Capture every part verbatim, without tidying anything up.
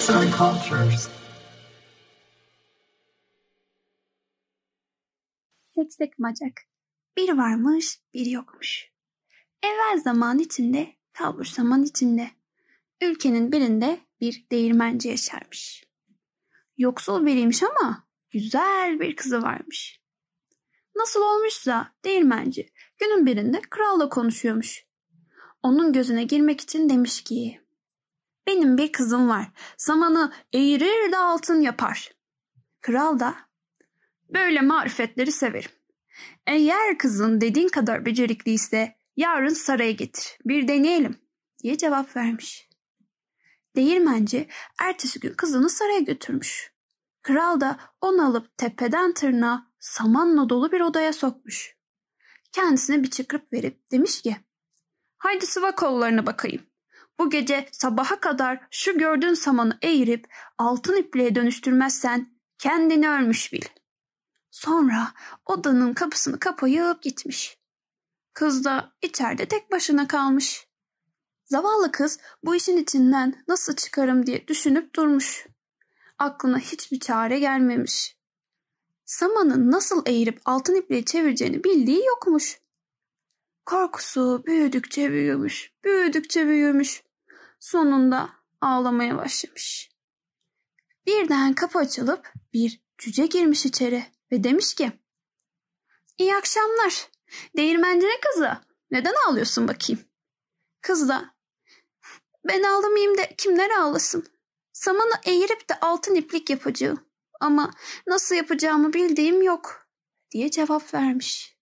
Arts and Cultures. Seksek Macak. Bir varmış, bir yokmuş. Evvel zaman içinde, kalbur zaman içinde. Ülkenin birinde bir değirmenci yaşarmış. Yoksul biriymiş ama güzel bir kızı varmış. Nasıl olmuşsa değirmenci günün birinde kralla konuşuyormuş. Onun gözüne girmek için demiş ki, benim bir kızım var, samanı eğirir de altın yapar. Kral da, böyle marifetleri severim. Eğer kızın dediğin kadar becerikliyse yarın saraya getir, bir deneyelim diye cevap vermiş. Değirmenci ertesi gün kızını saraya götürmüş. Kral da onu alıp tepeden tırnağa samanla dolu bir odaya sokmuş. Kendisine bir çıkrıp verip demiş ki, haydi sıva kollarına bakayım. Bu gece sabaha kadar şu gördüğün samanı eğirip altın ipliğe dönüştürmezsen kendini ölmüş bil. Sonra odanın kapısını kapayıp gitmiş. Kız da içeride tek başına kalmış. Zavallı kız bu işin içinden nasıl çıkarım diye düşünüp durmuş. Aklına hiçbir çare gelmemiş. Samanı nasıl eğirip altın ipliğe çevireceğini bildiği yokmuş. Korkusu büyüdükçe büyümüş, büyüdükçe büyümüş. Sonunda ağlamaya başlamış. Birden kapı açılıp bir cüce girmiş içeri ve demiş ki, İyi akşamlar, değirmencinin kızı, neden ağlıyorsun bakayım? Kız da, ben ağlamayayım da kimler ağlasın? Samanı eğirip de altın iplik yapacağım ama nasıl yapacağımı bildiğim yok diye cevap vermiş.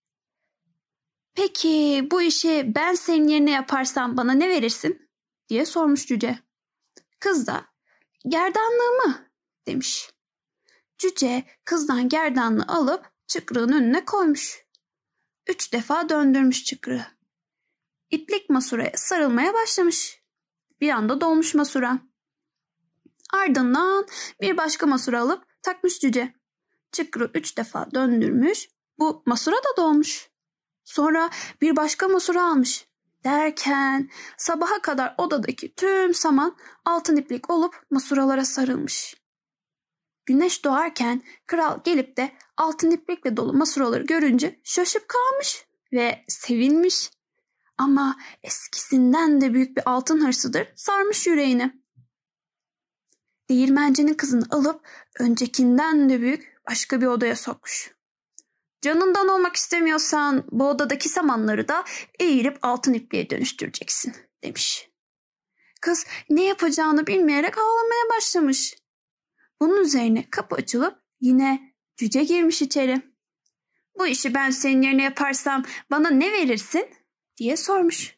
Peki bu işi ben senin yerine yaparsam bana ne verirsin diye sormuş cüce. Kız da gerdanlığımı demiş. Cüce kızdan gerdanlığı alıp çıkrığın önüne koymuş. Üç defa döndürmüş çıkrığı. İplik masuraya sarılmaya başlamış. Bir anda dolmuş masura. Ardından bir başka masura alıp takmış cüce. Çıkrığı üç defa döndürmüş. Bu masura da dolmuş. Sonra bir başka masura almış. Derken sabaha kadar odadaki tüm saman altın iplik olup masuralara sarılmış. Güneş doğarken kral gelip de altın iplikle dolu masuraları görünce şaşıp kalmış ve sevinmiş. Ama eskisinden de büyük bir altın hırsıdır sarmış yüreğini. Değirmencinin kızını alıp öncekinden de büyük başka bir odaya sokmuş. Canından olmak istemiyorsan bu odadaki samanları da eğirip altın ipliğe dönüştüreceksin demiş. Kız ne yapacağını bilmeyerek ağlamaya başlamış. Bunun üzerine kapı açılıp yine cüce girmiş içeri. Bu işi ben senin yerine yaparsam bana ne verirsin diye sormuş.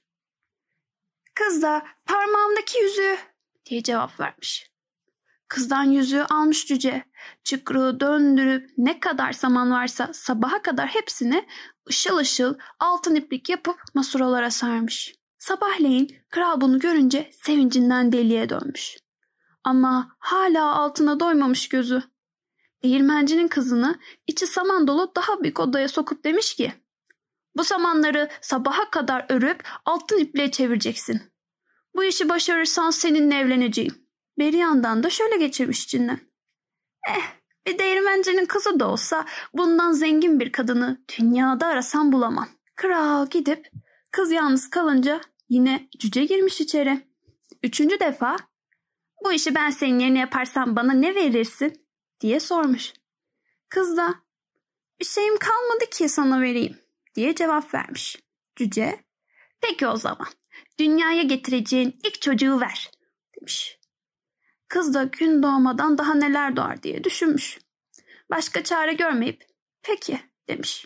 Kız da parmağımdaki yüzüğü diye cevap vermiş. Kızdan yüzüğü almış cüce. Çıkrığı döndürüp ne kadar saman varsa sabaha kadar hepsini ışıl ışıl altın iplik yapıp masuralara sarmış. Sabahleyin kral bunu görünce sevincinden deliye dönmüş. Ama hala altına doymamış gözü. Değirmencinin kızını içi saman dolu daha büyük odaya sokup demiş ki, bu samanları sabaha kadar örüp altın ipliğe çevireceksin. Bu işi başarırsan seninle evleneceğim. Bir yandan da şöyle geçirmiş içinden. Eh, bir değirmencinin kızı da olsa bundan zengin bir kadını dünyada arasam bulamam. Kral gidip kız yalnız kalınca yine cüce girmiş içeri. Üçüncü defa, bu işi ben senin yerine yaparsam bana ne verirsin diye sormuş. Kız da, bir şeyim kalmadı ki sana vereyim diye cevap vermiş. Cüce, peki o zaman dünyaya getireceğin ilk çocuğu ver demiş. Kız da gün doğmadan daha neler doğar diye düşünmüş. Başka çare görmeyip peki demiş.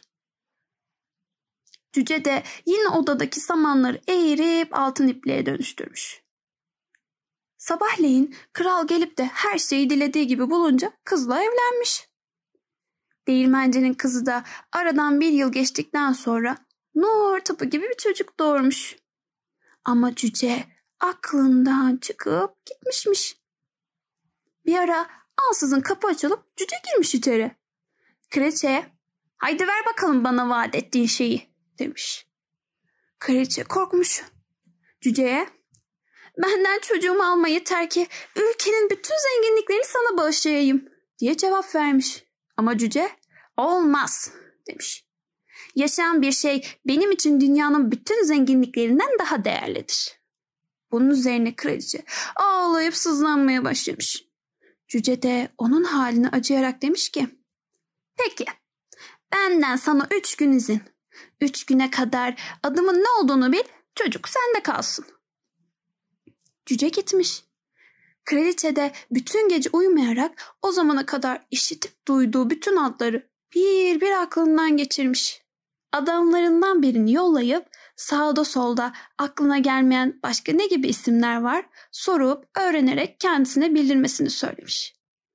Cüce de yine odadaki samanları eğirip altın ipliğe dönüştürmüş. Sabahleyin kral gelip de her şeyi dilediği gibi bulunca kızla evlenmiş. Değirmencinin kızı da aradan bir yıl geçtikten sonra nur topu gibi bir çocuk doğurmuş. Ama cüce aklından çıkıp gitmişmiş. Bir ara ansızın kapı açılıp cüce girmiş içeri. Kraliçeye, haydi ver bakalım bana vaat ettiğin şeyi demiş. Kraliçe korkmuş. Cüceye, Benden çocuğumu alma, yeter ki ülkenin bütün zenginliklerini sana bağışlayayım diye cevap vermiş. Ama cüce olmaz demiş. Yaşayan bir şey benim için dünyanın bütün zenginliklerinden daha değerlidir. Bunun üzerine kraliçe ağlayıp sızlanmaya başlamış. Cüce de onun haline acıyarak demiş ki, peki benden sana üç gün izin. Üç güne kadar adımın ne olduğunu bil, çocuk sende kalsın. Cüce gitmiş. Kraliçe de bütün gece uyumayarak o zamana kadar işitip duyduğu bütün adları bir bir aklından geçirmiş. Adamlarından birini yollayıp sağda solda aklına gelmeyen başka ne gibi isimler var sorup öğrenerek kendisine bildirmesini söylemiş.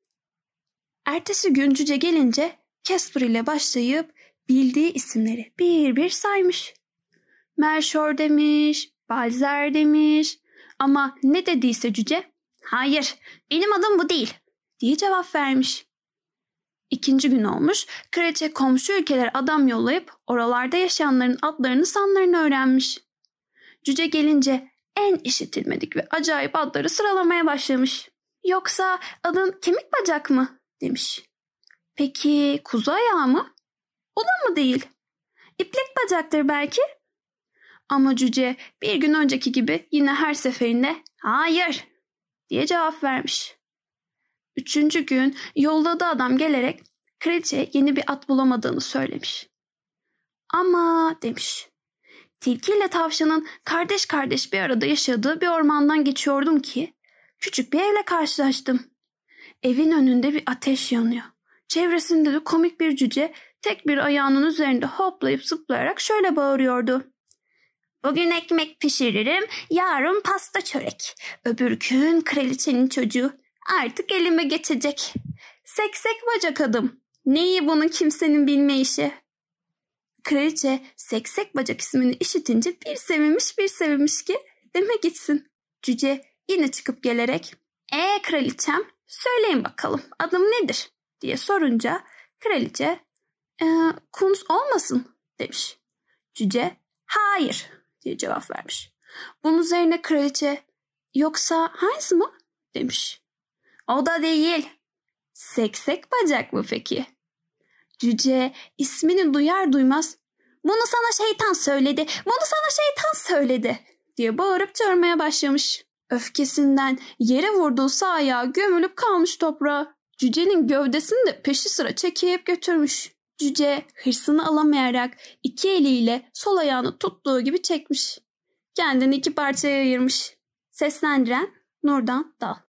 Ertesi gün cüce gelince Casper ile başlayıp bildiği isimleri bir bir saymış. Melchior demiş, Balzer demiş ama ne dediyse cüce, hayır benim adım bu değil diye cevap vermiş. İkinci gün olmuş, kraliçe komşu ülkelere adam yollayıp oralarda yaşayanların adlarını sanlarını öğrenmiş. Cüce gelince en işitilmedik ve acayip adları sıralamaya başlamış. Yoksa adın kemik bacak mı demiş. Peki kuzu ayağı mı? O da mı değil? İplik bacaktır belki. Ama cüce bir gün önceki gibi yine her seferinde hayır diye cevap vermiş. Üçüncü gün yolladığı adam gelerek kraliçe yeni bir at bulamadığını söylemiş. Ama demiş, tilki ile tavşanın kardeş kardeş bir arada yaşadığı bir ormandan geçiyordum ki küçük bir evle karşılaştım. Evin önünde bir ateş yanıyor. Çevresinde de komik bir cüce tek bir ayağının üzerinde hoplayıp zıplayarak şöyle bağırıyordu. Bugün ekmek pişiririm, yarın pasta çörek. Öbür gün kraliçenin çocuğu artık elime geçecek. Seksek bacak adım. Neyi bunun kimsenin bilme işi. Kraliçe seksek bacak ismini işitince bir sevinmiş bir sevinmiş ki deme gitsin. Cüce yine çıkıp gelerek ee kraliçem söyleyin bakalım adım nedir diye sorunca kraliçe e, Kunz olmasın demiş. Cüce hayır diye cevap vermiş. Bunun üzerine kraliçe yoksa Hans mı demiş. O da değil. Seksek bacak mı peki? Cüce ismini duyar duymaz bunu sana şeytan söyledi, bunu sana şeytan söyledi diye bağırıp çağırmaya başlamış. Öfkesinden yere vurduğu sağ ayağı gömülüp kalmış toprağa. Cücenin gövdesini de peşi sıra çekip götürmüş. Cüce hırsını alamayarak iki eliyle sol ayağını tuttuğu gibi çekmiş. Kendini iki parçaya ayırmış. Seslendiren Nurdan Dal.